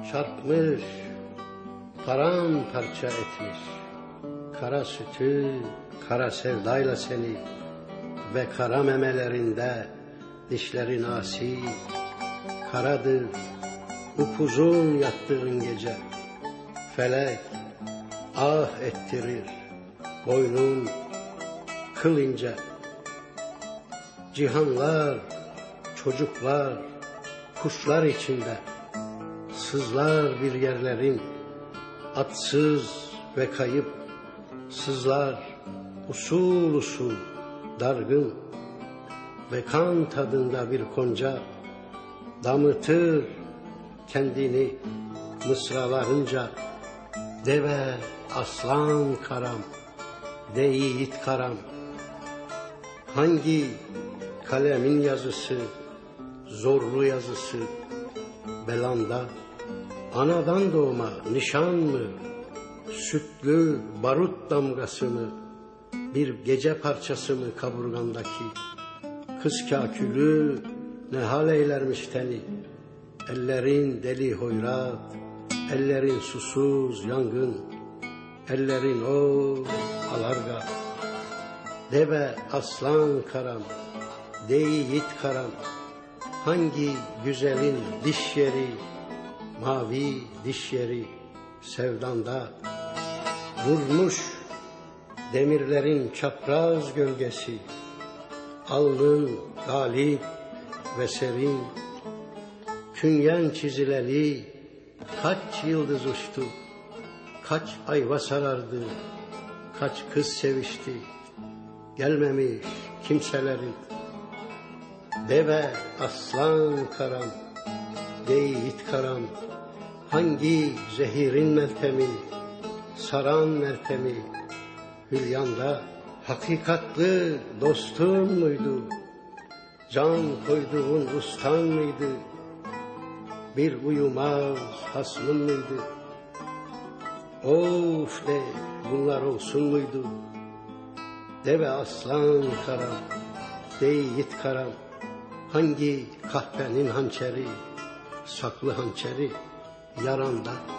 çarpmış, paramparça etmiş. Kara sütü, kara sevdayla seni ve kara memelerinde dişlerin asi. Karadır upuzun yattığın gece. Felek ah ettirir, boynun kıl ince. Cihanlar, çocuklar, kuşlar içinde sızlar bir yerlerin, atsız ve kayıp sızlar usul usul dargın ve kan tadında bir konca damıtır kendini mısralarınca. Deve aslan karam, de yiğit karam, hangi kalemin yazısı, zorlu yazısı, belanda anadan doğma nişan mı, sütlü barut damgası mı, bir gece parçası mı kaburgandaki? Kız kâkülü ne hal eylermiş teni, ellerin deli hoyrat, ellerin susuz yangın, ellerin o alarga. Deve aslan karam, de yiğit karam, hangi güzelin diş yeri, mavi diş yeri sevdanda? Vurmuş demirlerin çapraz gölgesi, alnın galip ve serin. Künyen çizileli kaç yıldız uçtu, kaç ayva sarardı, kaç kız sevişti, gelmemiş kimselerin. Deve aslan karam, de yiğit karam, hangi zehirin meltemi, saran meltemi, hülyanda hakikatlı dostun muydu, can koyduğun ustan mıydı, bir uyumaz hasmın mıydı? Of de bunlar olsun muydu? Deve aslan karam, de yiğit karam, hangi kahpenin hançeri, saklı hançeri yaranda